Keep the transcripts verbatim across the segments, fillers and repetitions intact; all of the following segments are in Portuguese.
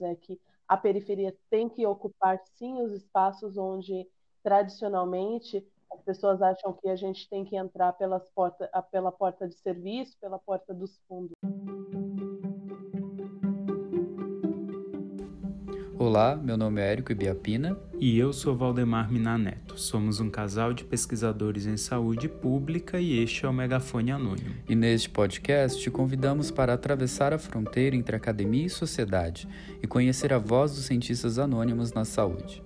é que a periferia tem que ocupar, sim, os espaços onde, tradicionalmente, as pessoas acham que a gente tem que entrar pelas porta, pela porta de serviço, pela porta dos fundos. Olá, meu nome é Érico Ibiapina. E eu sou Valdemar Minaneto. Somos um casal de pesquisadores em saúde pública e este é o Megafone Anônimo. E neste podcast te convidamos para atravessar a fronteira entre academia e sociedade e conhecer a voz dos cientistas anônimos na saúde.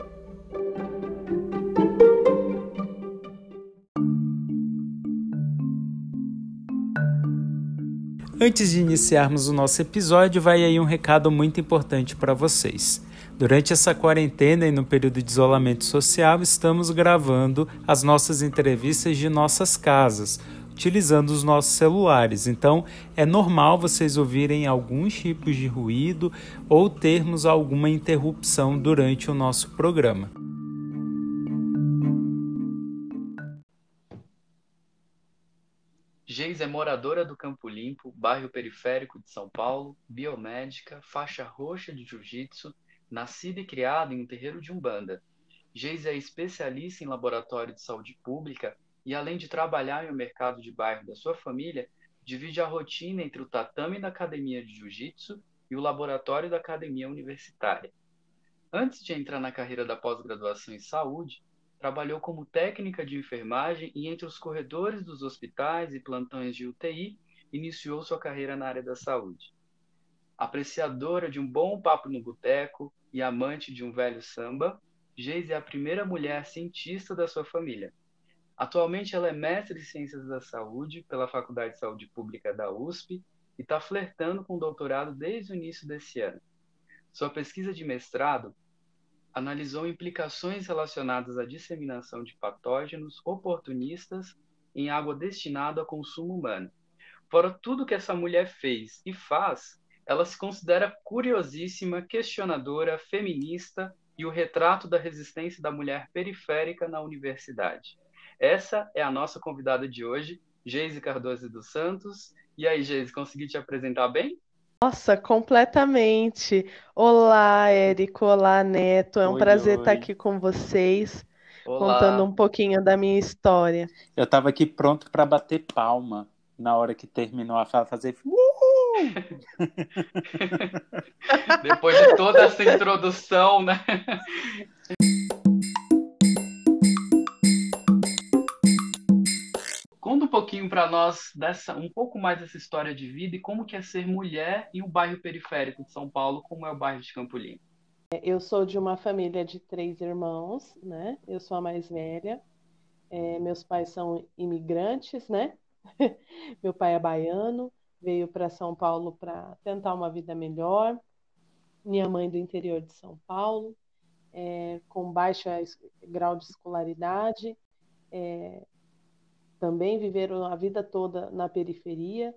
Antes de iniciarmos o nosso episódio, vai aí um recado muito importante para vocês. Durante essa quarentena e no período de isolamento social, estamos gravando as nossas entrevistas de nossas casas, utilizando os nossos celulares. Então, é normal vocês ouvirem alguns tipos de ruído ou termos alguma interrupção durante o nosso programa. Geis é moradora do Campo Limpo, bairro periférico de São Paulo, biomédica, faixa roxa de jiu-jitsu, nascida e criada em um terreiro de Umbanda. Geis é especialista em laboratório de saúde pública e, além de trabalhar em um mercado de bairro da sua família, divide a rotina entre o tatame da academia de jiu-jitsu e o laboratório da academia universitária. Antes de entrar na carreira da pós-graduação em saúde, trabalhou como técnica de enfermagem e entre os corredores dos hospitais e plantões de U T I, iniciou sua carreira na área da saúde. Apreciadora de um bom papo no boteco e amante de um velho samba, Geis é a primeira mulher cientista da sua família. Atualmente ela é mestre em Ciências da Saúde pela Faculdade de Saúde Pública da U S P e está flertando com o doutorado desde o início desse ano. Sua pesquisa de mestrado analisou implicações relacionadas à disseminação de patógenos oportunistas em água destinada ao consumo humano. Fora tudo que essa mulher fez e faz, ela se considera curiosíssima, questionadora, feminista e o retrato da resistência da mulher periférica na universidade. Essa é a nossa convidada de hoje, Geise Cardoso dos Santos. E aí, Geise, consegui te apresentar bem? Nossa, completamente. Olá, Érico. Olá, Neto. É um Oi, prazer estar oi. aqui com vocês, contando Olá. um pouquinho da minha história. Eu estava aqui pronto para bater palma na hora que terminou a fala, fazer uhul! Depois de toda essa introdução, né? Conta um pouquinho para nós dessa, um pouco mais dessa história de vida e como que é ser mulher em um bairro periférico de São Paulo, como é o bairro de Campo Limpo. Eu sou de uma família de três irmãos, né? Eu sou a mais velha. É, meus pais são imigrantes, né? Meu pai é baiano, veio para São Paulo para tentar uma vida melhor. Minha mãe do interior de São Paulo, é, com baixo grau de escolaridade. É, também viveram a vida toda na periferia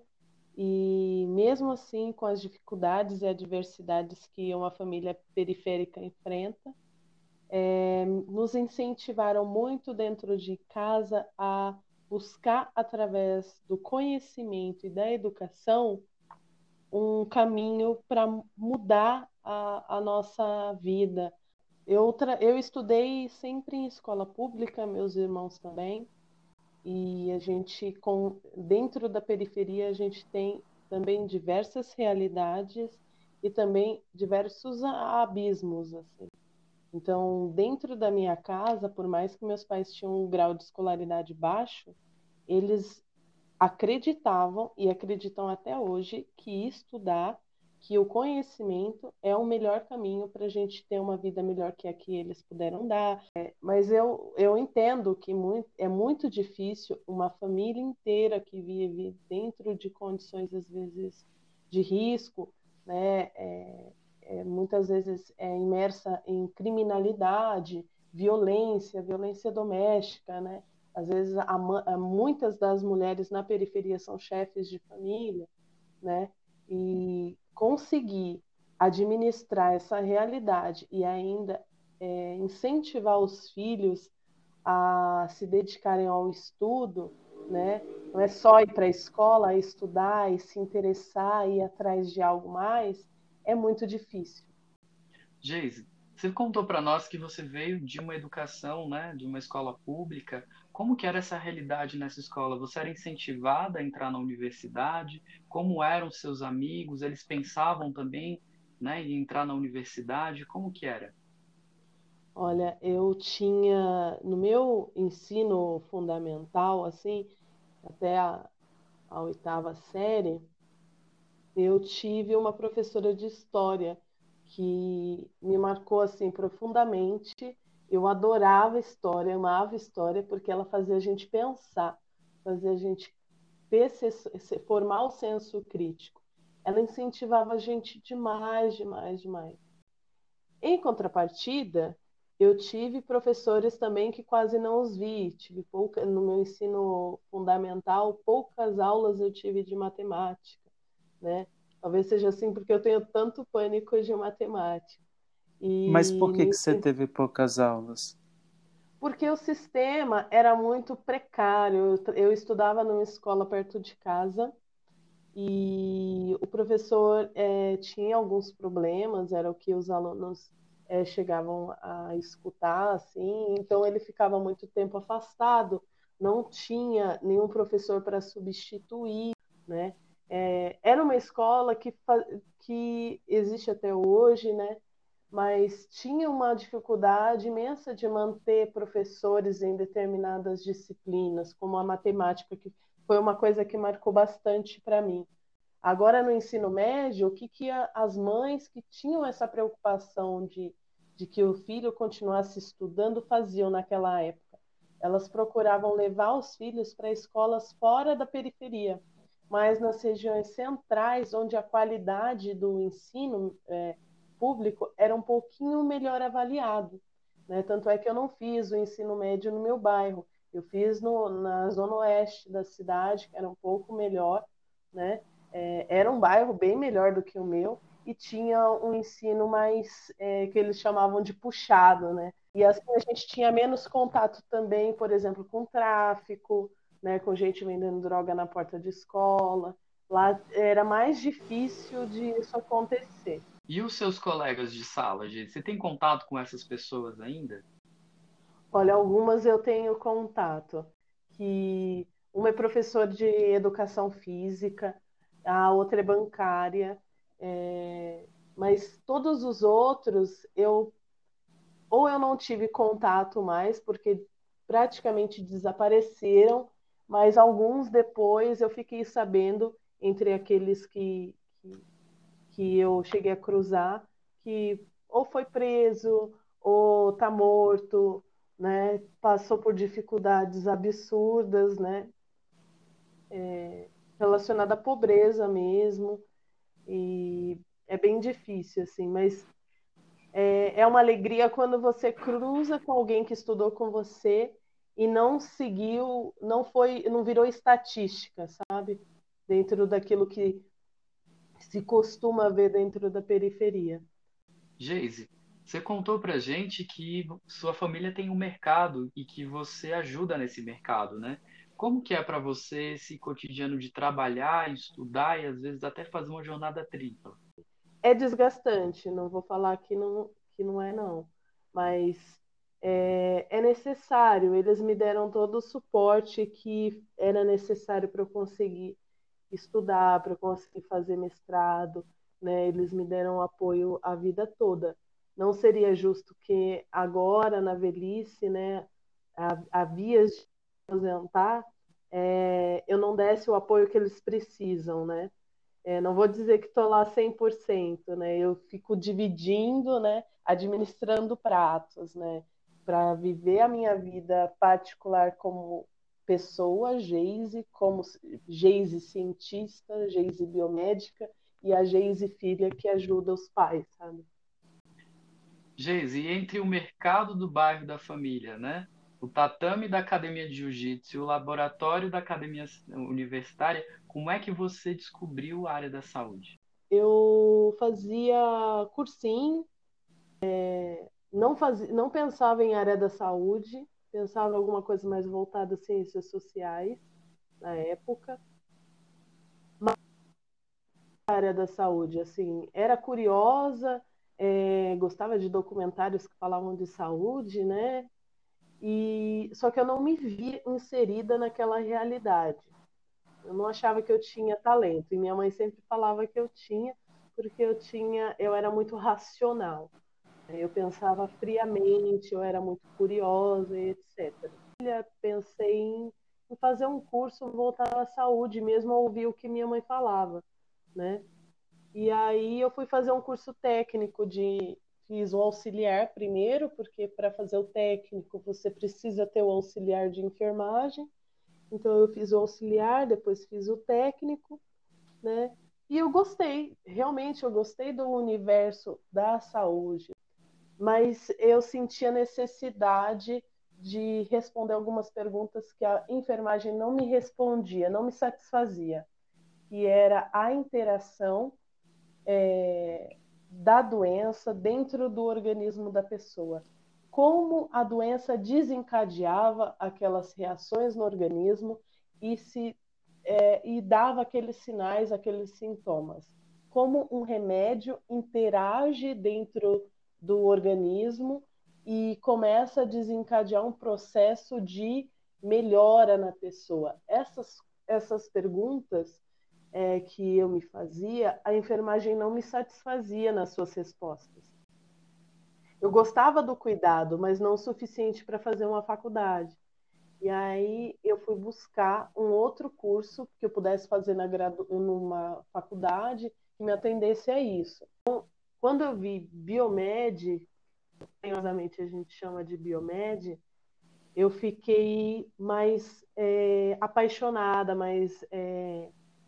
e mesmo assim com as dificuldades e adversidades que uma família periférica enfrenta, é, nos incentivaram muito dentro de casa a buscar através do conhecimento e da educação um caminho para mudar a, a nossa vida. Eu, eu estudei sempre em escola pública, meus irmãos também. E a gente, com, dentro da periferia, a gente tem também diversas realidades e também diversos abismos, assim. Então, dentro da minha casa, por mais que meus pais tinham um grau de escolaridade baixo, eles acreditavam e acreditam até hoje que estudar, que o conhecimento é o melhor caminho para a gente ter uma vida melhor que a que eles puderam dar. É, mas eu, eu entendo que muito, é muito difícil uma família inteira que vive dentro de condições, às vezes, de risco, né? É, é, muitas vezes é imersa em criminalidade, violência, violência doméstica, né? Às vezes, a, a, muitas das mulheres na periferia são chefes de família, né? E conseguir administrar essa realidade e ainda é, incentivar os filhos a se dedicarem ao estudo, né? Não é só ir para a escola, estudar e se interessar e ir atrás de algo mais, é muito difícil. Geise, você contou para nós que você veio de uma educação, né, de uma escola pública. Como que era essa realidade nessa escola? Você era incentivada a entrar na universidade? Como eram seus amigos? Eles pensavam também, né, em entrar na universidade? Como que era? Olha, eu tinha no meu ensino fundamental, assim, até a, a oitava série, eu tive uma professora de história que me marcou assim profundamente. Eu adorava história, amava história, porque ela fazia a gente pensar, fazia a gente ter, se- formar o senso crítico. Ela incentivava a gente demais, demais, demais. Em contrapartida, eu tive professores também que quase não os vi. Tive pouca, no meu ensino fundamental, poucas aulas eu tive de matemática, né? Talvez seja assim porque eu tenho tanto pânico de matemática. Mas por E que no que você ensino- teve poucas aulas? Porque o sistema era muito precário. Eu, eu estudava numa escola perto de casa e o professor eh, tinha alguns problemas, era o que os alunos eh, chegavam a escutar, assim, então ele ficava muito tempo afastado, não tinha nenhum professor para substituir, né? Eh, era uma escola que, fa- que existe até hoje, né? Mas tinha uma dificuldade imensa de manter professores em determinadas disciplinas, como a matemática, que foi uma coisa que marcou bastante para mim. Agora, no ensino médio, o que, que a, as mães que tinham essa preocupação de, de que o filho continuasse estudando faziam naquela época? Elas procuravam levar os filhos para escolas fora da periferia, mas nas regiões centrais, onde a qualidade do ensino é, público era um pouquinho melhor avaliado, né? Tanto é que eu não fiz o ensino médio no meu bairro, eu fiz no, na zona oeste da cidade, que era um pouco melhor, né? É, era um bairro bem melhor do que o meu e tinha um ensino mais é, que eles chamavam de puxado, né? E assim a gente tinha menos contato também, por exemplo, com tráfico, né? Com gente vendendo droga na porta de escola. Lá era mais difícil de isso acontecer. E os seus colegas de sala, Geise? Você tem contato com essas pessoas ainda? Olha, algumas eu tenho contato, que uma é professora de educação física, a outra é bancária, é, mas todos os outros eu ou eu não tive contato mais, porque praticamente desapareceram, mas alguns depois eu fiquei sabendo, entre aqueles que, que, que eu cheguei a cruzar, que ou foi preso, ou está morto, né? Passou por dificuldades absurdas, né? Relacionada à pobreza mesmo, e é bem difícil, assim, mas é, é uma alegria quando você cruza com alguém que estudou com você e não seguiu, não foi, não virou estatística, sabe? Dentro daquilo que se costuma ver dentro da periferia. Geise, você contou pra gente que sua família tem um mercado e que você ajuda nesse mercado, né? Como que é para você esse cotidiano de trabalhar, estudar e às vezes até fazer uma jornada tripla? É desgastante, não vou falar que não, que não é, não, mas é, é necessário. Eles me deram todo o suporte que era necessário para eu conseguir estudar, para conseguir fazer mestrado, né? Eles me deram apoio a vida toda. Não seria justo que agora, na velhice, né, a, a vias de aposentar, é, eu não desse o apoio que eles precisam, né? É, não vou dizer que estou lá cem por cento, né? Eu fico dividindo, né, administrando pratos, né, para viver a minha vida particular como pessoa, Geise, como Geise cientista, Geise biomédica e a Geise filha que ajuda os pais, sabe? Geise, e entre o mercado do bairro da família, né? O tatame da academia de jiu-jitsu e o laboratório da academia universitária, como é que você descobriu a área da saúde? Eu fazia cursinho, não fazia, não pensava em área da saúde, pensava em alguma coisa mais voltada a ciências sociais na época. Área da saúde, assim, era curiosa, é, gostava de documentários que falavam de saúde, né? E só que eu não me via inserida naquela realidade. Eu não achava que eu tinha talento. E minha mãe sempre falava que eu tinha, porque eu tinha, eu era muito racional. Eu pensava friamente, eu era muito curiosa, e etcétera. Pensei em, em fazer um curso voltado à saúde, mesmo a ouvir o que minha mãe falava, né? E aí eu fui fazer um curso técnico de fiz o auxiliar primeiro, porque para fazer o técnico você precisa ter o auxiliar de enfermagem. Então eu fiz o auxiliar, depois fiz o técnico, né? E eu gostei, realmente eu gostei do universo da saúde, mas eu senti a necessidade de responder algumas perguntas que a enfermagem não me respondia, não me satisfazia, que era a interação é, da doença dentro do organismo da pessoa. Como a doença desencadeava aquelas reações no organismo e, se, é, e dava aqueles sinais, aqueles sintomas. Como um remédio interage dentro do organismo e começa a desencadear um processo de melhora na pessoa. Essas, essas perguntas é, que eu me fazia, a enfermagem não me satisfazia nas suas respostas. Eu gostava do cuidado, mas não o suficiente para fazer uma faculdade. E aí eu fui buscar um outro curso que eu pudesse fazer na gradu... numa faculdade que me atendesse a isso. Então, quando eu vi Biomed, carinhosamente a gente chama de Biomed, eu fiquei mais é, apaixonada, mais é,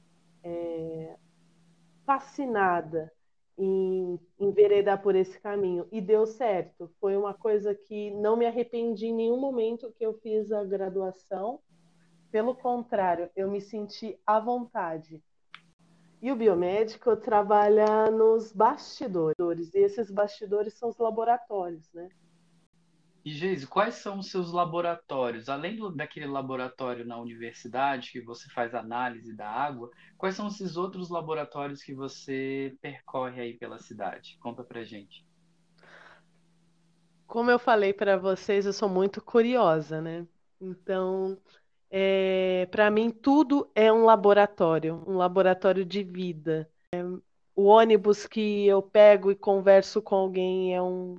é, fascinada em enveredar por esse caminho. E deu certo. Foi uma coisa que não me arrependi em nenhum momento que eu fiz a graduação. Pelo contrário, eu me senti à vontade. E o biomédico trabalha nos bastidores. E esses bastidores são os laboratórios, né? E, Geise, quais são os seus laboratórios? Além do, daquele laboratório na universidade, que você faz análise da água, quais são esses outros laboratórios que você percorre aí pela cidade? Conta pra gente. Como eu falei para vocês, eu sou muito curiosa, né? Então, é, para mim, tudo é um laboratório, um laboratório de vida. O ônibus que eu pego e converso com alguém é um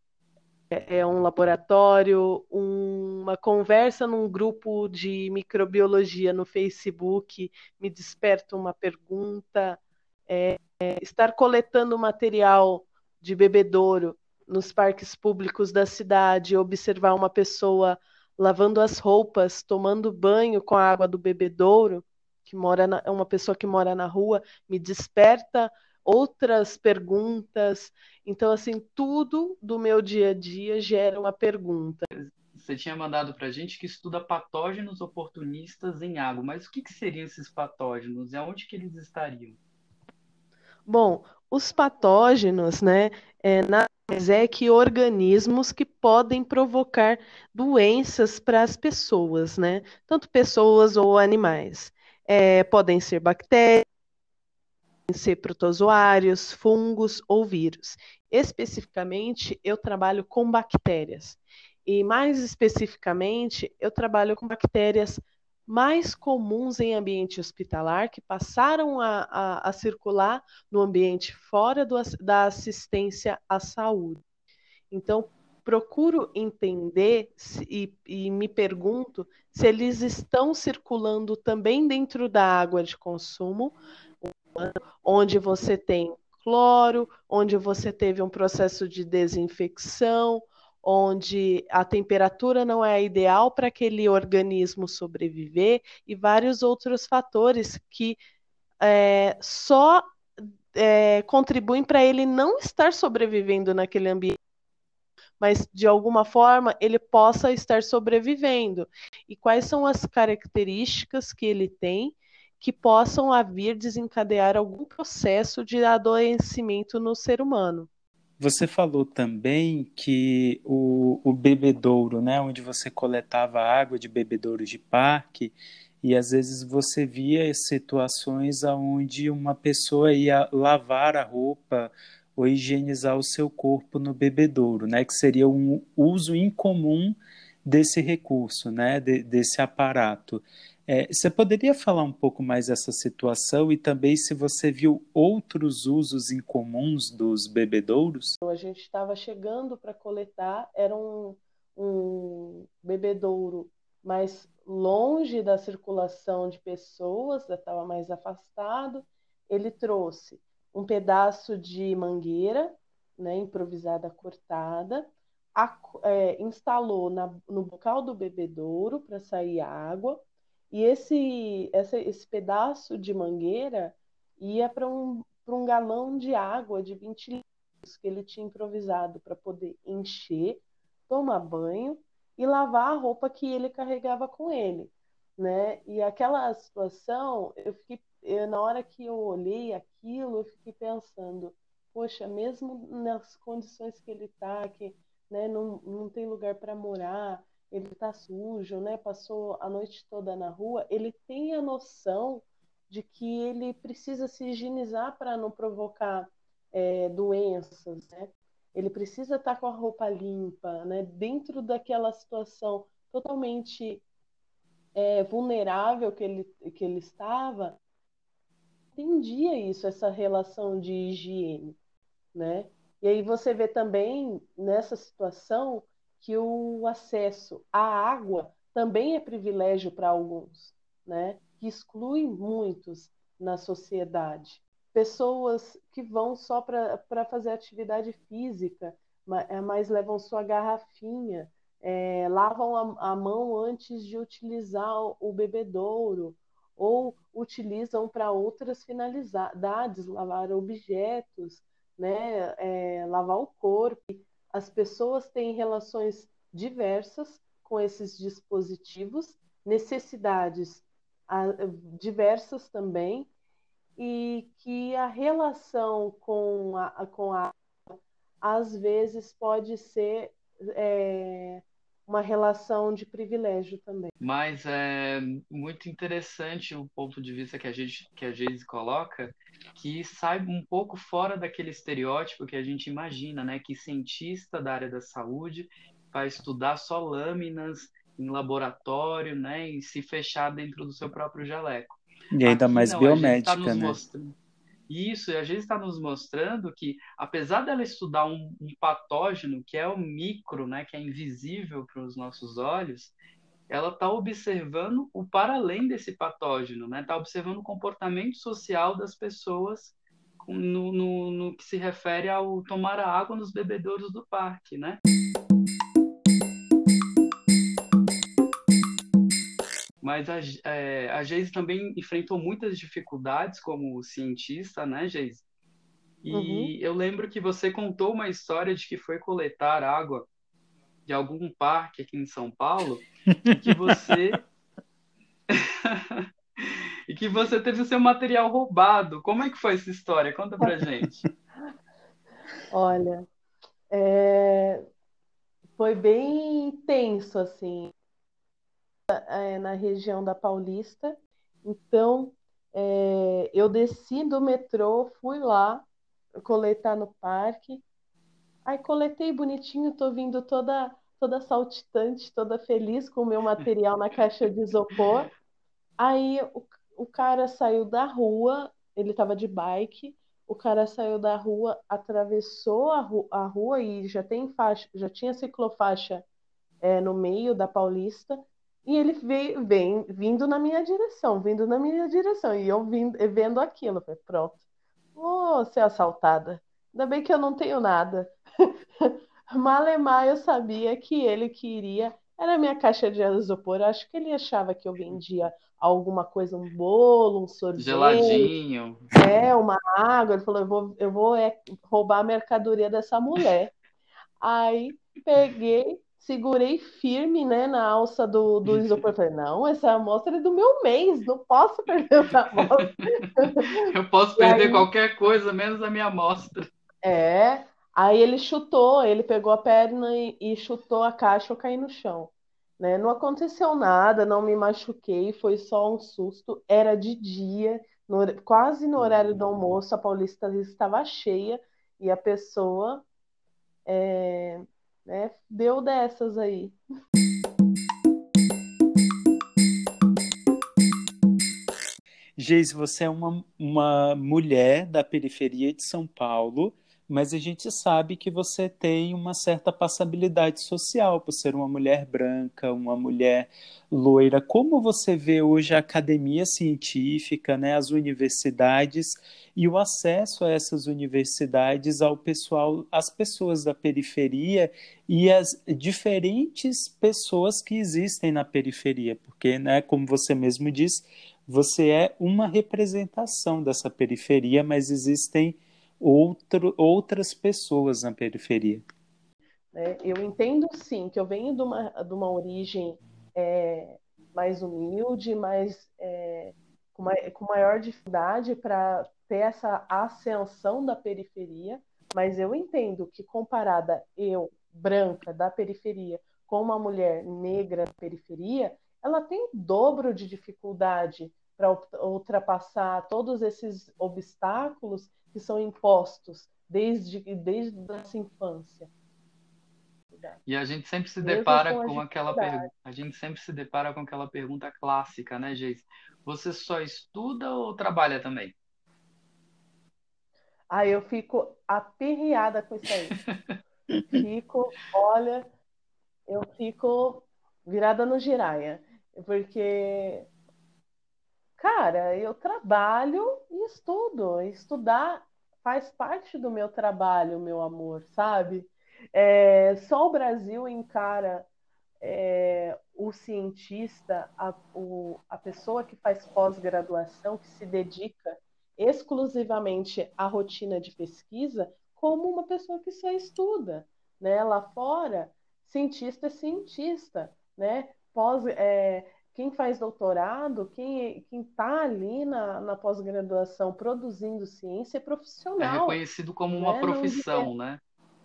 é um laboratório, um, uma conversa num grupo de microbiologia no Facebook me desperta uma pergunta, é, é, estar coletando material de bebedouro nos parques públicos da cidade, observar uma pessoa lavando as roupas, tomando banho com a água do bebedouro, que mora na, é uma pessoa que mora na rua, me desperta outras perguntas. Então, assim, tudo do meu dia a dia gera uma pergunta. Você tinha mandado para a gente que estuda patógenos oportunistas em água, mas o que, que seriam esses patógenos e aonde que eles estariam? Bom, os patógenos, né, é, nada mais é que organismos que podem provocar doenças para as pessoas, né? Tanto pessoas ou animais. É, podem ser bactérias, ser protozoários, fungos ou vírus. Especificamente, eu trabalho com bactérias. E mais especificamente, eu trabalho com bactérias mais comuns em ambiente hospitalar, que passaram a, a, a circular no ambiente fora do, da assistência à saúde. Então, procuro entender se, e, e me pergunto se eles estão circulando também dentro da água de consumo, onde você tem cloro, onde você teve um processo de desinfecção, onde a temperatura não é a ideal para aquele organismo sobreviver e vários outros fatores que é, só é, contribuem para ele não estar sobrevivendo naquele ambiente, mas de alguma forma ele possa estar sobrevivendo. E quais são as características que ele tem que possam vir desencadear algum processo de adoecimento no ser humano. Você falou também que o, o bebedouro, né, onde você coletava água de bebedouro de parque, e às vezes você via situações onde uma pessoa ia lavar a roupa ou higienizar o seu corpo no bebedouro, né? Que seria um uso incomum desse recurso, né? De, desse aparato. É, você poderia falar um pouco mais dessa situação e também se você viu outros usos incomuns dos bebedouros? A gente estava chegando para coletar, era um, um bebedouro mais longe da circulação de pessoas, estava mais afastado. Ele trouxe um pedaço de mangueira, né, improvisada cortada, a, é, instalou na, no bocal do bebedouro para sair água, e esse, essa, esse pedaço de mangueira ia para um, para um galão de água de vinte litros que ele tinha improvisado para poder encher, tomar banho e lavar a roupa que ele carregava com ele, né? E aquela situação, eu fiquei, eu, na hora que eu olhei aquilo, eu fiquei pensando, poxa, mesmo nas condições que ele está, que, né, não, não tem lugar para morar, ele está sujo, né? Passou a noite toda na rua, ele tem a noção de que ele precisa se higienizar para não provocar é, doenças, né? Ele precisa estar com a roupa limpa, né? Dentro daquela situação totalmente é, vulnerável que ele, que ele estava, entendia isso, essa relação de higiene, né? E aí você vê também nessa situação que o acesso à água também é privilégio para alguns, né? Que exclui muitos na sociedade. Pessoas que vão só para fazer atividade física, mas levam sua garrafinha, é, lavam a, a mão antes de utilizar o bebedouro, ou utilizam para outras finalidades, lavar objetos, né, é, lavar o corpo. As pessoas têm relações diversas com esses dispositivos, necessidades a, diversas também, e que a relação com a, com a às vezes pode ser é, uma relação de privilégio também. Mas é muito interessante o ponto de vista que a gente, que a Geise coloca, que sai um pouco fora daquele estereótipo que a gente imagina, né? Que cientista da área da saúde vai estudar só lâminas em laboratório, né? E se fechar dentro do seu próprio jaleco. E ainda Aqui mais não, a Geise está biomédica, nos né? mostrando. Isso, e a gente está nos mostrando que, apesar dela estudar um, um patógeno que é o micro, né, que é invisível para os nossos olhos, ela está observando o para além desse patógeno, né? Está observando o comportamento social das pessoas no, no, no que se refere ao tomar a água nos bebedouros do parque, né? Mas a, é, a Geise também enfrentou muitas dificuldades como cientista, né, Geise? E uhum. Eu lembro que você contou uma história de que foi coletar água de algum parque aqui em São Paulo e que você e que você teve o seu material roubado. Como é que foi essa história? Conta pra gente. Olha, é... foi bem tenso, assim, é, na região da Paulista. Então, é... eu desci do metrô, fui lá coletar no parque. Aí coletei bonitinho, tô vindo toda toda saltitante, toda feliz com o meu material na caixa de isopor. Aí o, o cara saiu da rua, ele estava de bike, o cara saiu da rua, atravessou a, ru a rua e já tem faixa, já tinha ciclofaixa é, no meio da Paulista, e ele veio vem, vindo na minha direção, vindo na minha direção, e eu vindo, vendo aquilo, falei, pronto, vou ser assaltada. Ainda bem que eu não tenho nada. Malemar, eu sabia que ele queria. Era minha caixa de isopor. Eu acho que ele achava que eu vendia alguma coisa, um bolo, um sorvete. Geladinho. É, uma água. Ele falou: eu vou, eu vou é, roubar a mercadoria dessa mulher. Aí peguei, segurei firme, né, na alça do, do isopor. Falei: não, essa amostra é do meu mês, não posso perder essa amostra. Eu posso perder aí, qualquer coisa, menos a minha amostra. É. Aí ele chutou, ele pegou a perna e, e chutou a caixa, eu caí no chão. Né? Não aconteceu nada, não me machuquei, foi só um susto. Era de dia, no, quase no horário do almoço, a Paulista estava cheia. E a pessoa é, né, deu dessas aí. Geise, você é uma, uma mulher da periferia de São Paulo, mas a gente sabe que você tem uma certa passabilidade social por ser uma mulher branca, uma mulher loira. Como você vê hoje a academia científica, né, as universidades e o acesso a essas universidades ao pessoal, às pessoas da periferia e as diferentes pessoas que existem na periferia? Porque, né, como você mesmo disse, você é uma representação dessa periferia, mas existem outro, outras pessoas na periferia. Né? Eu entendo, sim, que eu venho de uma, de uma origem é, mais humilde, mais, é, com, ma com maior dificuldade para ter essa ascensão da periferia, mas eu entendo que comparada eu, branca, da periferia, com uma mulher negra da periferia, ela tem o dobro de dificuldade para ultrapassar todos esses obstáculos que são impostos desde, desde a nossa infância. E a gente sempre se Mesmo depara com as com aquela per... dificuldades. a gente sempre se depara com aquela pergunta clássica, né, Geise? Você só estuda ou trabalha também? Aí eu fico aperreada com isso aí. Fico, olha, eu fico virada no giraia. Porque, cara, eu trabalho e estudo. Estudar faz parte do meu trabalho, meu amor, sabe? É, só o Brasil encara é, o cientista, a, o, a pessoa que faz pós-graduação, que se dedica exclusivamente à rotina de pesquisa, como uma pessoa que só estuda. Né? Lá fora, cientista é cientista. Né? Pós, é, quem faz doutorado, quem está ali na, na pós-graduação produzindo ciência é É profissional. reconhecido como uma Né? Não, profissão, né?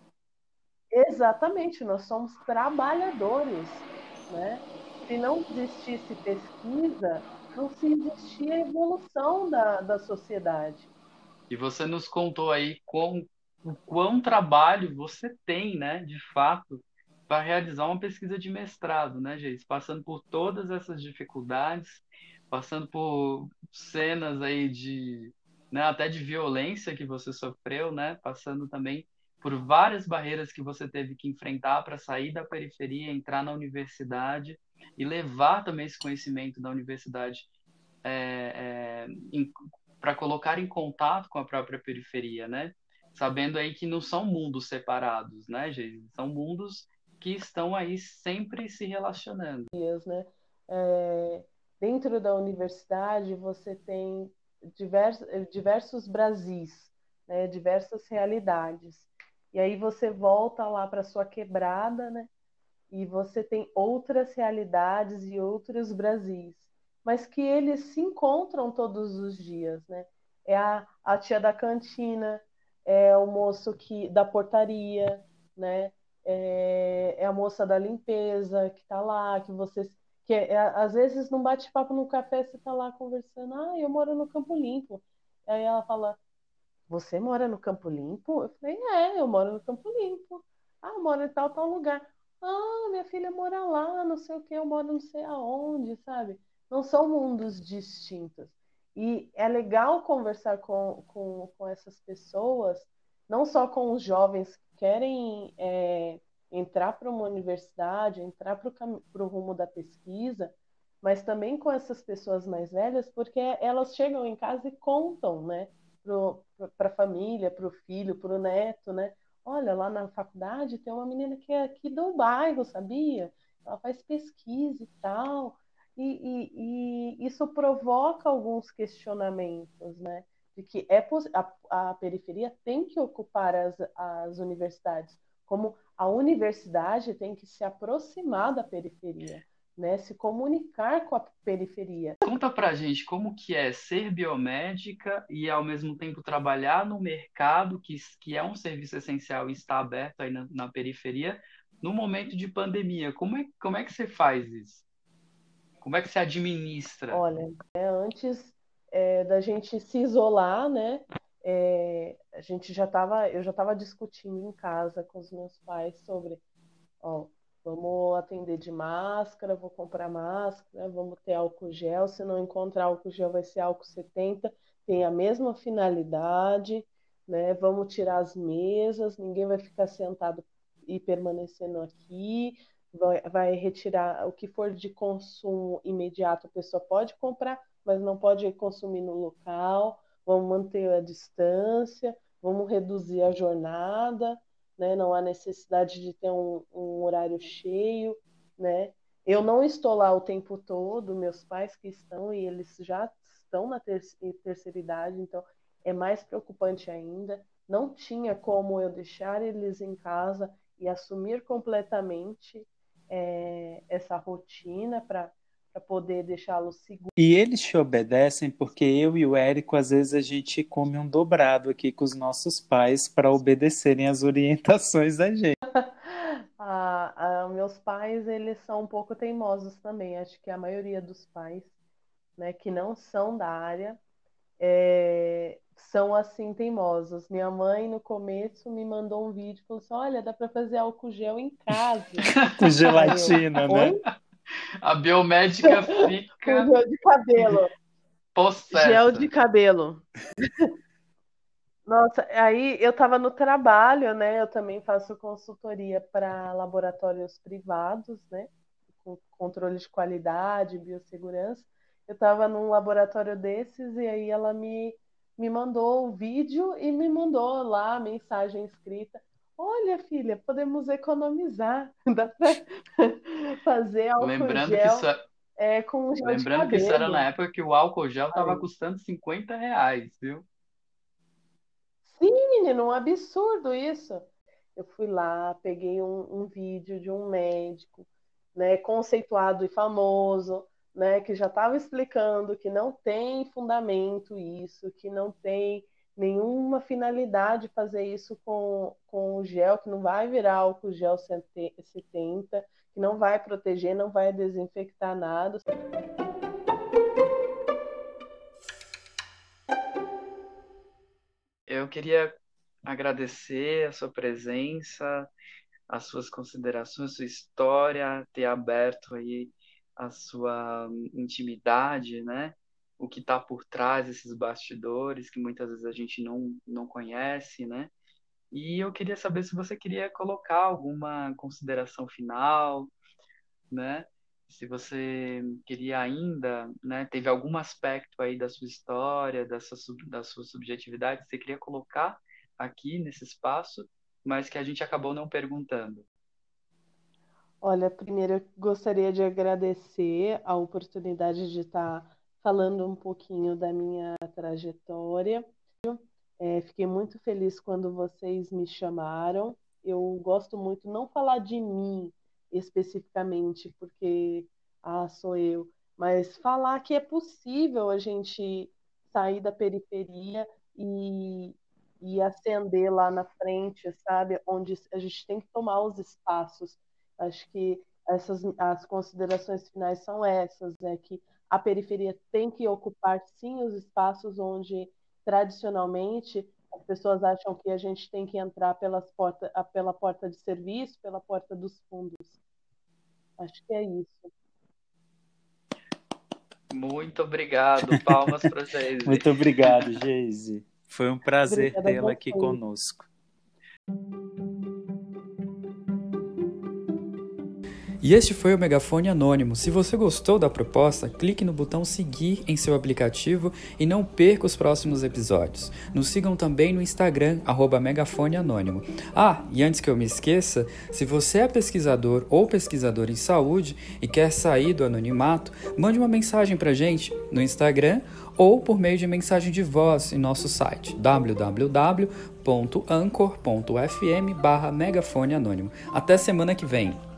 exatamente, nós somos trabalhadores, né? Se não existisse pesquisa, não se existia evolução da, da sociedade. E você nos contou aí com o quão trabalho você tem, né, de fato, para realizar uma pesquisa de mestrado, né, Geis? Passando por todas essas dificuldades, passando por cenas aí de, né, até de violência que você sofreu, né, passando também por várias barreiras que você teve que enfrentar para sair da periferia, entrar na universidade e levar também esse conhecimento da universidade é, é, para colocar em contato com a própria periferia, né? Sabendo aí que não são mundos separados, né, gente? São mundos que estão aí sempre se relacionando. Né? É, dentro da universidade, você tem diversos, diversos Brasis, né? Diversas realidades. E aí você volta lá para sua quebrada, né? E você tem outras realidades e outros Brasis, mas que eles se encontram todos os dias, né? É a, a tia da cantina, é o moço que da portaria, né? É, é a moça da limpeza que está lá, que você que é, às vezes num bate-papo no café você está lá conversando, ah, eu moro no Campo Limpo. Aí ela fala, você mora no Campo Limpo? Eu falei, é, eu moro no Campo Limpo. Ah, eu moro em tal, tal lugar. Ah, minha filha mora lá, não sei o que, eu moro não sei aonde, sabe? Não são mundos distintos. E é legal conversar com, com, com essas pessoas, não só com os jovens que querem é, entrar para uma universidade, entrar para o rumo da pesquisa, mas também com essas pessoas mais velhas, porque elas chegam em casa e contam, né? Para a família, para o filho, para o neto, né? Olha, lá na faculdade tem uma menina que é aqui do bairro, sabia? Ela faz pesquisa e tal. E, e, e isso provoca alguns questionamentos, né? De que é a, a periferia tem que ocupar as, as universidades, como a universidade tem que se aproximar da periferia, né? Se comunicar com a periferia. Conta pra gente como que é ser biomédica e ao mesmo tempo trabalhar no mercado que, que é um serviço essencial e está aberto aí na, na periferia no momento de pandemia. Como é, como é que você faz isso? Como é que se administra? Olha, é, antes é, da gente se isolar, né? é, a gente já tava, eu já estava discutindo em casa com os meus pais sobre, ó, vamos atender de máscara, vou comprar máscara, vamos ter álcool gel, se não encontrar álcool gel vai ser álcool setenta, tem a mesma finalidade, né? Vamos tirar as mesas, ninguém vai ficar sentado e permanecendo aqui, vai, vai retirar o que for de consumo imediato, a pessoa pode comprar, mas não pode consumir no local, vamos manter a distância, vamos reduzir a jornada, né? Não há necessidade de ter um, um horário cheio, né? Eu não estou lá o tempo todo, meus pais que estão, e eles já estão na ter- terceira idade, então é mais preocupante ainda. Não tinha como eu deixar eles em casa e assumir completamente é, essa rotina para para poder deixá-los seguros. E eles te obedecem porque eu e o Érico, às vezes, a gente come um dobrado aqui com os nossos pais para obedecerem as orientações da gente. Ah, ah, meus pais, eles são um pouco teimosos também. Acho que a maioria dos pais, né, que não são da área, é, são assim teimosos. Minha mãe, no começo, me mandou um vídeo e falou assim: olha, dá para fazer álcool gel em casa. Com Aí eu, gelatina, né? oi? A biomédica Com fica gel de cabelo. Gel de possessa. cabelo. Nossa, aí eu estava no trabalho, né? Eu também faço consultoria para laboratórios privados, né? Com controle de qualidade, biossegurança. Eu estava num laboratório desses e aí ela me, me mandou o vídeo e me mandou lá a mensagem escrita. Olha, filha, podemos economizar. Dá para fazer álcool Lembrando que isso, gel é- é, com gel de lembrando que isso era na cabelo. época que o álcool gel estava Aí, custando cinquenta reais, viu? sim, menino, um absurdo isso. Eu fui lá, peguei um, um vídeo de um médico, né, conceituado e famoso, né, que já estava explicando que não tem fundamento isso, que não tem nenhuma finalidade fazer isso com, com o gel, que não vai virar álcool gel setenta, que não vai proteger, não vai desinfectar nada. Eu queria agradecer a sua presença, as suas considerações, sua história, ter aberto aí a sua intimidade, né? O que está por trás desses bastidores que muitas vezes a gente não, não conhece, né? E eu queria saber se você queria colocar alguma consideração final, né? Se você queria ainda, né? Teve algum aspecto aí da sua história, da sua, sub- da sua subjetividade, que você queria colocar aqui nesse espaço, mas que a gente acabou não perguntando. Olha, primeiro eu gostaria de agradecer a oportunidade de estar falando um pouquinho da minha trajetória. É, fiquei muito feliz quando vocês me chamaram. Eu gosto muito não falar de mim especificamente, porque ah, sou eu, mas falar que é possível a gente sair da periferia e, e ascender lá na frente, sabe? Onde a gente tem que tomar os espaços. Acho que essas as considerações finais são essas, né? Que a periferia tem que ocupar sim os espaços onde tradicionalmente as pessoas acham que a gente tem que entrar pelas porta, pela porta de serviço, pela porta dos fundos. Acho que é isso. Muito obrigado. Palmas para Geise. Muito obrigado, Geise. Foi um prazer Obrigada a tê-la aqui vocês. conosco. E este foi o Megafone Anônimo. Se você gostou da proposta, clique no botão seguir em seu aplicativo e não perca os próximos episódios. Nos sigam também no Instagram, arroba Megafone Anônimo. Ah, e antes que eu me esqueça, se você é pesquisador ou pesquisadora em saúde e quer sair do anonimato, mande uma mensagem pra gente no Instagram ou por meio de mensagem de voz em nosso site w w w ponto anchor ponto f m barra megafone anônimo. Até semana que vem!